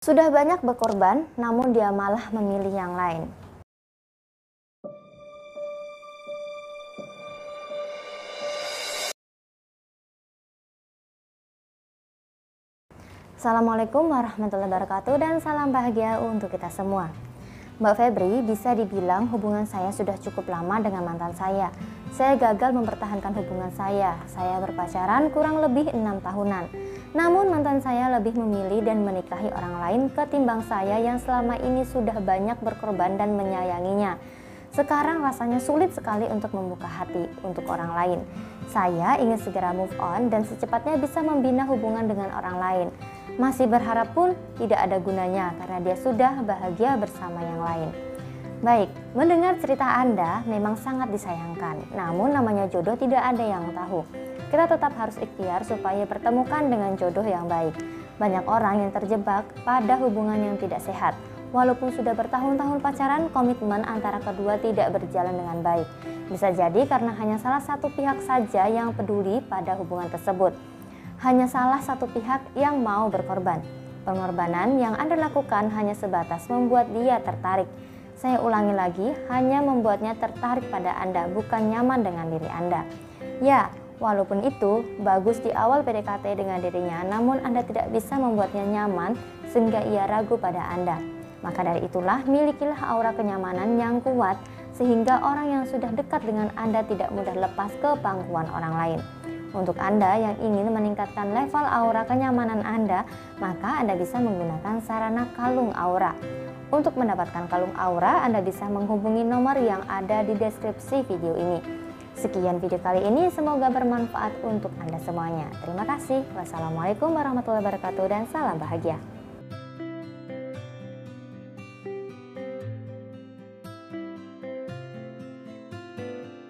Sudah banyak berkorban, namun dia malah memilih yang lain. Assalamualaikum warahmatullahi wabarakatuh dan salam bahagia untuk kita semua. Mbak Febri, bisa dibilang hubungan saya sudah cukup lama dengan mantan saya. Saya gagal mempertahankan hubungan saya. Saya berpacaran kurang lebih 6 tahunan. Namun mantan saya lebih memilih dan menikahi orang lain ketimbang saya yang selama ini sudah banyak berkorban dan menyayanginya. Sekarang rasanya sulit sekali untuk membuka hati untuk orang lain. Saya ingin segera move on dan secepatnya bisa membina hubungan dengan orang lain. Masih berharap pun tidak ada gunanya karena dia sudah bahagia bersama yang lain. Baik, mendengar cerita Anda memang sangat disayangkan. Namun namanya jodoh tidak ada yang tahu. Kita tetap harus ikhtiar supaya pertemukan dengan jodoh yang baik. Banyak orang yang terjebak pada hubungan yang tidak sehat. Walaupun sudah bertahun-tahun pacaran, komitmen antara kedua tidak berjalan dengan baik. Bisa jadi karena hanya salah satu pihak saja yang peduli pada hubungan tersebut. Hanya salah satu pihak yang mau berkorban. Pengorbanan yang Anda lakukan hanya sebatas membuat dia tertarik. Saya ulangi lagi, hanya membuatnya tertarik pada Anda, bukan nyaman dengan diri Anda. Ya, walaupun itu bagus di awal PDKT dengan dirinya, namun Anda tidak bisa membuatnya nyaman sehingga ia ragu pada Anda. Maka dari itulah milikilah aura kenyamanan yang kuat sehingga orang yang sudah dekat dengan Anda tidak mudah lepas ke pangkuan orang lain. Untuk Anda yang ingin meningkatkan level aura kenyamanan Anda, maka Anda bisa menggunakan sarana kalung aura. Untuk mendapatkan kalung aura, Anda bisa menghubungi nomor yang ada di deskripsi video ini. Sekian video kali ini, semoga bermanfaat untuk Anda semuanya. Terima kasih. Wassalamualaikum warahmatullahi wabarakatuh dan salam bahagia.